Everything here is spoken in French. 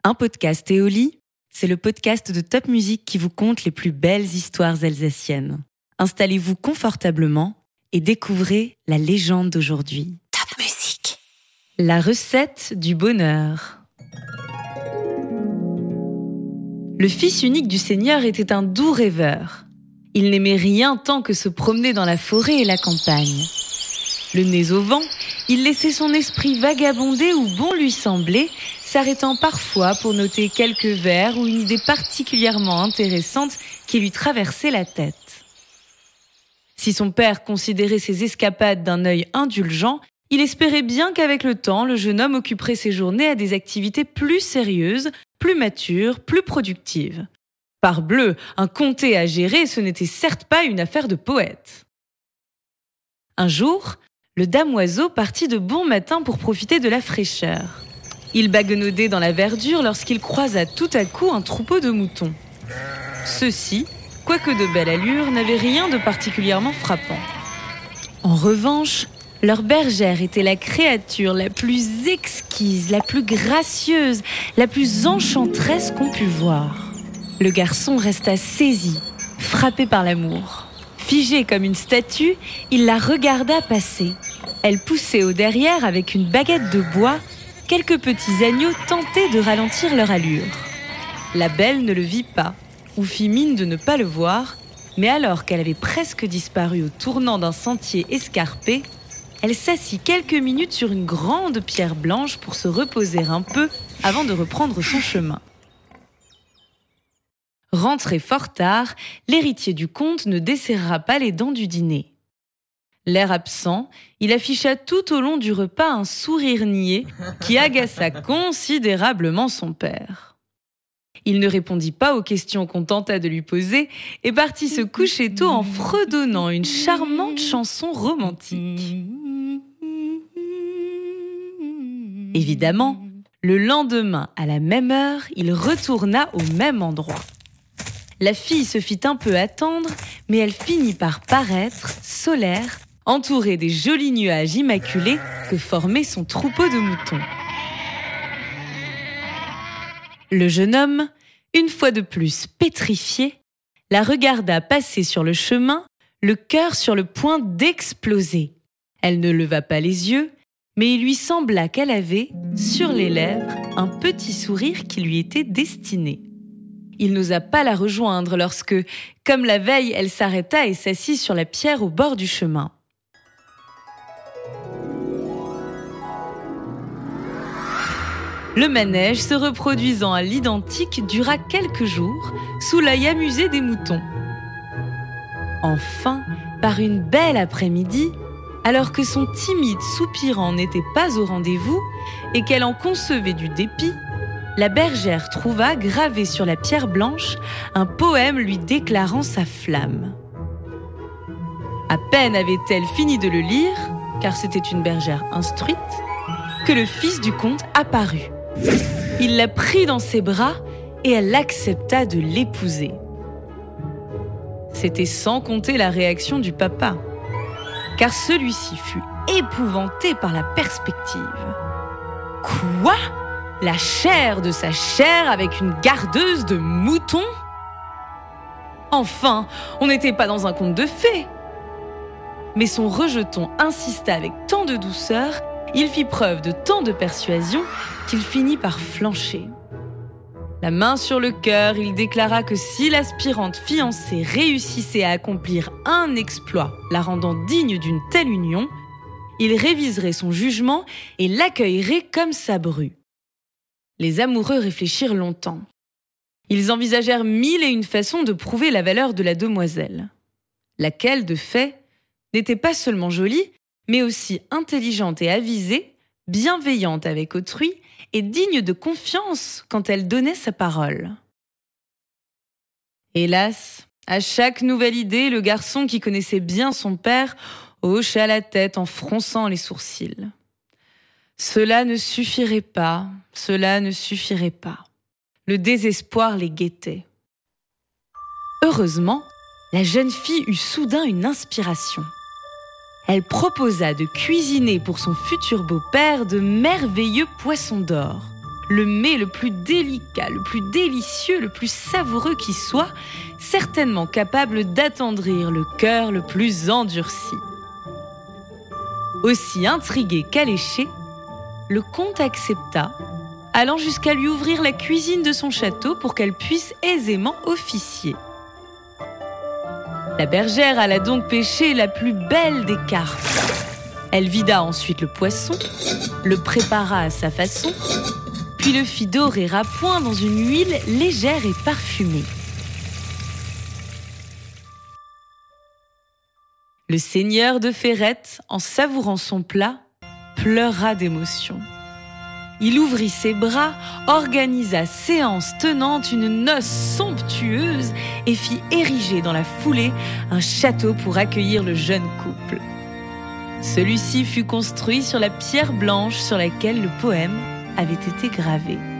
Un podcast Éoli, c'est le podcast de Top Music qui vous conte les plus belles histoires alsaciennes. Installez-vous confortablement et découvrez la légende d'aujourd'hui. Top Music. La recette du bonheur. Le fils unique du Seigneur était un doux rêveur. Il n'aimait rien tant que se promener dans la forêt et la campagne. Le nez au vent, il laissait son esprit vagabonder où bon lui semblait, s'arrêtant parfois pour noter quelques vers ou une idée particulièrement intéressante qui lui traversait la tête. Si son père considérait ses escapades d'un œil indulgent, il espérait bien qu'avec le temps, le jeune homme occuperait ses journées à des activités plus sérieuses, plus matures, plus productives. Parbleu, un comté à gérer, ce n'était certes pas une affaire de poète. Un jour, le damoiseau partit de bon matin pour profiter de la fraîcheur. Il baguenaudait dans la verdure lorsqu'il croisa tout à coup un troupeau de moutons. Ceux-ci, quoique de belle allure, n'avaient rien de particulièrement frappant. En revanche, leur bergère était la créature la plus exquise, la plus gracieuse, la plus enchanteresse qu'on pût voir. Le garçon resta saisi, frappé par l'amour. Figé comme une statue, il la regarda passer. Elle poussait au derrière avec une baguette de bois. Quelques petits agneaux tentaient de ralentir leur allure. La belle ne le vit pas, ou fit mine de ne pas le voir, mais alors qu'elle avait presque disparu au tournant d'un sentier escarpé, elle s'assit quelques minutes sur une grande pierre blanche pour se reposer un peu avant de reprendre son chemin. Rentré fort tard, l'héritier du comte ne desserra pas les dents du dîner. L'air absent, il afficha tout au long du repas un sourire niais qui agaça considérablement son père. Il ne répondit pas aux questions qu'on tenta de lui poser et partit se coucher tôt en fredonnant une charmante chanson romantique. Évidemment, le lendemain, à la même heure, il retourna au même endroit. La fille se fit un peu attendre, mais elle finit par paraître, solaire, entourée des jolis nuages immaculés que formait son troupeau de moutons. Le jeune homme, une fois de plus pétrifié, la regarda passer sur le chemin, le cœur sur le point d'exploser. Elle ne leva pas les yeux, mais il lui sembla qu'elle avait, sur les lèvres, un petit sourire qui lui était destiné. Il n'osa pas la rejoindre lorsque, comme la veille, elle s'arrêta et s'assit sur la pierre au bord du chemin. Le manège, se reproduisant à l'identique, dura quelques jours, sous l'œil amusé des moutons. Enfin, par une belle après-midi, alors que son timide soupirant n'était pas au rendez-vous et qu'elle en concevait du dépit, la bergère trouva gravé sur la pierre blanche un poème lui déclarant sa flamme. À peine avait-elle fini de le lire, car c'était une bergère instruite, que le fils du comte apparut. Il la prit dans ses bras et elle accepta de l'épouser. C'était sans compter la réaction du papa, car celui-ci fut épouvanté par la perspective. Quoi ? La chair de sa chair avec une gardeuse de moutons ? Enfin, on n'était pas dans un conte de fées. Mais son rejeton insista avec tant de douceur, il fit preuve de tant de persuasion qu'il finit par flancher. La main sur le cœur, il déclara que si l'aspirante fiancée réussissait à accomplir un exploit la rendant digne d'une telle union, il réviserait son jugement et l'accueillerait comme sa bru. Les amoureux réfléchirent longtemps. Ils envisagèrent 1001 façons de prouver la valeur de la demoiselle, laquelle, de fait, n'était pas seulement jolie, mais aussi intelligente et avisée, bienveillante avec autrui et digne de confiance quand elle donnait sa parole. Hélas, à chaque nouvelle idée, le garçon qui connaissait bien son père hocha la tête en fronçant les sourcils. Cela ne suffirait pas, cela ne suffirait pas. Le désespoir les guettait. Heureusement, la jeune fille eut soudain une inspiration. Elle proposa de cuisiner pour son futur beau-père de merveilleux poissons d'or, le mets le plus délicat, le plus délicieux, le plus savoureux qui soit, certainement capable d'attendrir le cœur le plus endurci. Aussi intrigué qu'alléché, le comte accepta, allant jusqu'à lui ouvrir la cuisine de son château pour qu'elle puisse aisément officier. La bergère alla donc pêcher la plus belle des carpes. Elle vida ensuite le poisson, le prépara à sa façon, puis le fit dorer à point dans une huile légère et parfumée. Le seigneur de Ferrette, en savourant son plat, pleura d'émotion. Il ouvrit ses bras, organisa séance tenante une noce somptueuse et fit ériger dans la foulée un château pour accueillir le jeune couple. Celui-ci fut construit sur la pierre blanche sur laquelle le poème avait été gravé.